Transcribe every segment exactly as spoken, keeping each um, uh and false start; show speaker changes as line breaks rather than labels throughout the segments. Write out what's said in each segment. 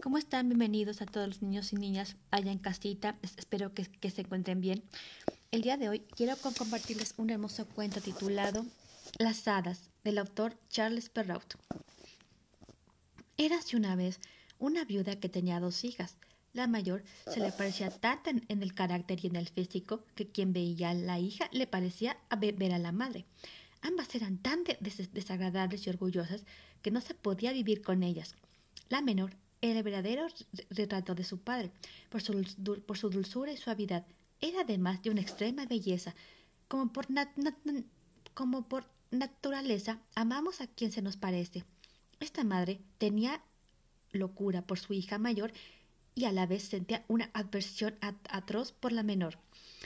¿Cómo están? Bienvenidos a todos los niños y niñas allá en casita. Es- espero que, que se encuentren bien. El día de hoy quiero co- compartirles un hermoso cuento titulado Las hadas, del autor Charles Perrault. Érase una vez una viuda que tenía dos hijas. La mayor se le parecía tanto en, en el carácter y en el físico que quien veía a la hija le parecía a ve- ver a la madre. Ambas eran tan de- des- desagradables y orgullosas que no se podía vivir con ellas. La menor era el verdadero re- retrato de su padre, por su, dul- por su dulzura y suavidad. Era además de una extrema belleza. Como por, nat- nat- como por naturaleza, amamos a quien se nos parece. Esta madre tenía locura por su hija mayor y a la vez sentía una aversión atroz por la menor.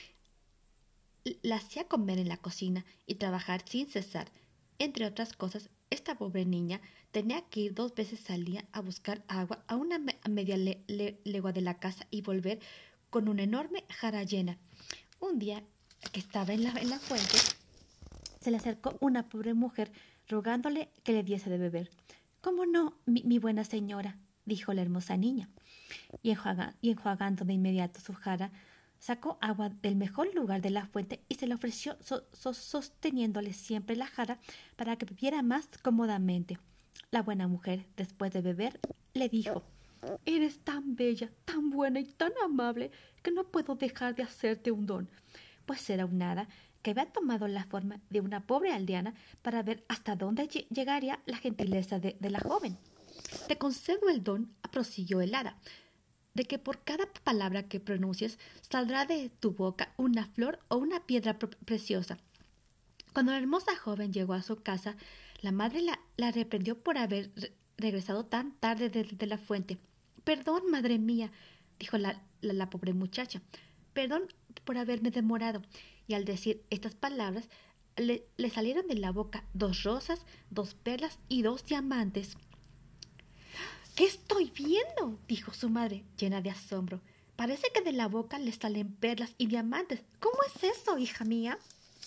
La hacía comer en la cocina y trabajar sin cesar. Entre otras cosas, esta pobre niña tenía que ir dos veces al día a buscar agua a una me- a media le- le- legua de la casa y volver con una enorme jarra llena. Un día que estaba en la, en la fuente, se le acercó una pobre mujer rogándole que le diese de beber. ¿Cómo no, mi, mi buena señora? Dijo la hermosa niña, y, enjuaga, y enjuagando de inmediato su jarra, sacó agua del mejor lugar de la fuente y se le ofreció so, so, sosteniéndole siempre la jarra para que bebiera más cómodamente. La buena mujer, después de beber, le dijo: Eres tan bella, tan buena y tan amable que no puedo dejar de hacerte un don. Pues era un hada que había tomado la forma de una pobre aldeana para ver hasta dónde llegaría la gentileza de, de la joven. Te concedo el don, prosiguió el hada, de que por cada palabra que pronuncies saldrá de tu boca una flor o una piedra preciosa. Cuando la hermosa joven llegó a su casa, la madre la, la reprendió por haber re regresado tan tarde desde de la fuente. Perdón, madre mía, dijo la, la, la pobre muchacha, perdón por haberme demorado. Y al decir estas palabras, le, le salieron de la boca dos rosas, dos perlas y dos diamantes. ¿Qué estoy viendo? Dijo su madre, llena de asombro. Parece que de la boca le salen perlas y diamantes. ¿Cómo es eso, hija mía?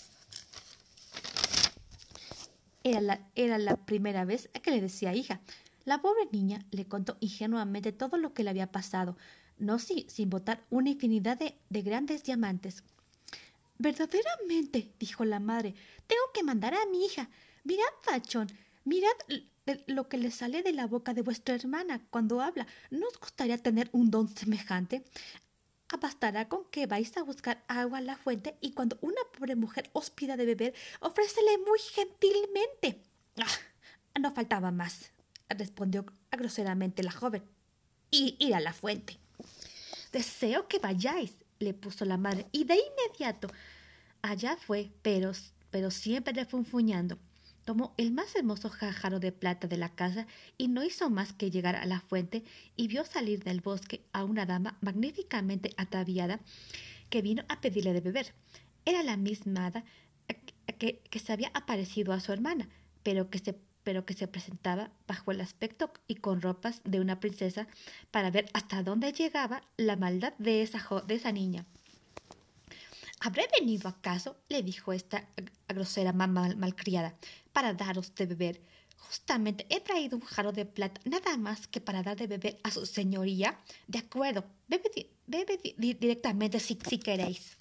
Era la, era la primera vez que le decía hija. La pobre niña le contó ingenuamente todo lo que le había pasado, no si, sin botar una infinidad de, de grandes diamantes. Verdaderamente, dijo la madre, tengo que mandar a mi hija. Mirad, Fachón, mirad lo que le sale de la boca de vuestra hermana cuando habla. ¿No os gustaría tener un don semejante? Bastará con que vais a buscar agua a la fuente y cuando una pobre mujer os pida de beber, ofrécele muy gentilmente. Ah, no faltaba más, respondió groseramente la joven. Y ir a la fuente. Deseo que vayáis, le puso la madre, y de inmediato. Allá fue, pero, pero siempre refunfuñando. Tomó el más hermoso jarro de plata de la casa y no hizo más que llegar a la fuente y vio salir del bosque a una dama magníficamente ataviada que vino a pedirle de beber. Era la misma hada que, que se había aparecido a su hermana, pero que se pero que se presentaba bajo el aspecto y con ropas de una princesa para ver hasta dónde llegaba la maldad de esa, de esa niña. ¿Habré venido acaso? Le dijo esta grosera mamá malcriada, para daros de beber. Justamente he traído un jarro de plata, nada más que para dar de beber a su señoría. De acuerdo, bebe, bebe di directamente si, si queréis.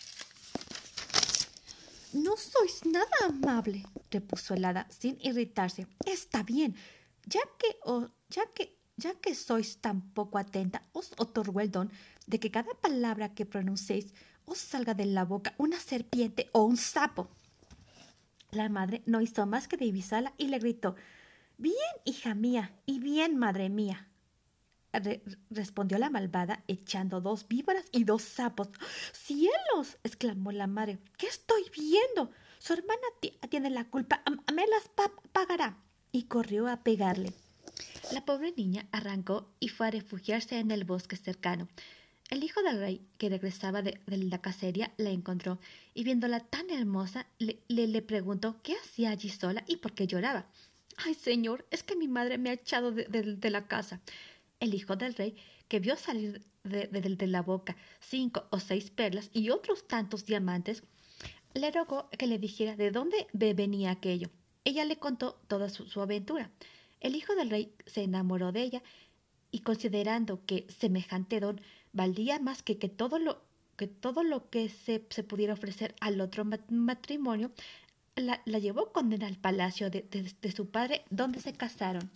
No sois nada amable, repuso el hada sin irritarse. Está bien, ya que, oh, ya que, ya que sois tan poco atenta, os otorgo el don de que cada palabra que pronunciéis os salga de la boca una serpiente o un sapo. La madre no hizo más que divisarla y le gritó: Bien, hija mía, y bien, madre mía. Re respondió la malvada, echando dos víboras y dos sapos. ¡Cielos! Exclamó la madre. ¿Qué estoy viendo? Su hermana tiene la culpa. Me las pa pagará. Y corrió a pegarle. La pobre niña arrancó y fue a refugiarse en el bosque cercano. El hijo del rey, que regresaba de, de la cacería, la encontró y viéndola tan hermosa, le, le, le preguntó qué hacía allí sola y por qué lloraba. ¡Ay, señor! Es que mi madre me ha echado de, de, de la casa. El hijo del rey, que vio salir de, de, de la boca cinco o seis perlas y otros tantos diamantes, le rogó que le dijera de dónde venía aquello. Ella le contó toda su, su aventura. El hijo del rey se enamoró de ella y considerando que semejante don valía más que, que todo lo que todo lo que se, se pudiera ofrecer al otro matrimonio, la, la llevó con él al palacio de, de, de su padre, donde se casaron.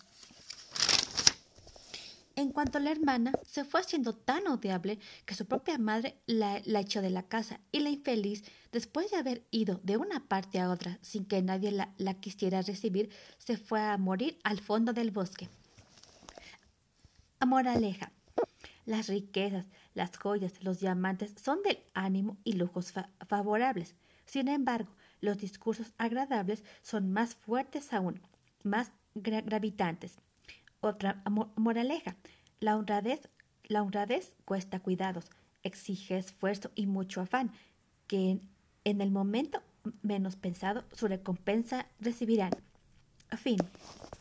En cuanto a la hermana, se fue haciendo tan odiable que su propia madre la, la echó de la casa, y la infeliz, después de haber ido de una parte a otra sin que nadie la, la quisiera recibir, se fue a morir al fondo del bosque. A moraleja. Las riquezas, las joyas, los diamantes son del ánimo y lujos fa favorables. Sin embargo, los discursos agradables son más fuertes aún, más gra gravitantes. Otra moraleja. La honradez, la honradez cuesta cuidados, exige esfuerzo y mucho afán, que en, en el momento menos pensado su recompensa recibirán. Fin.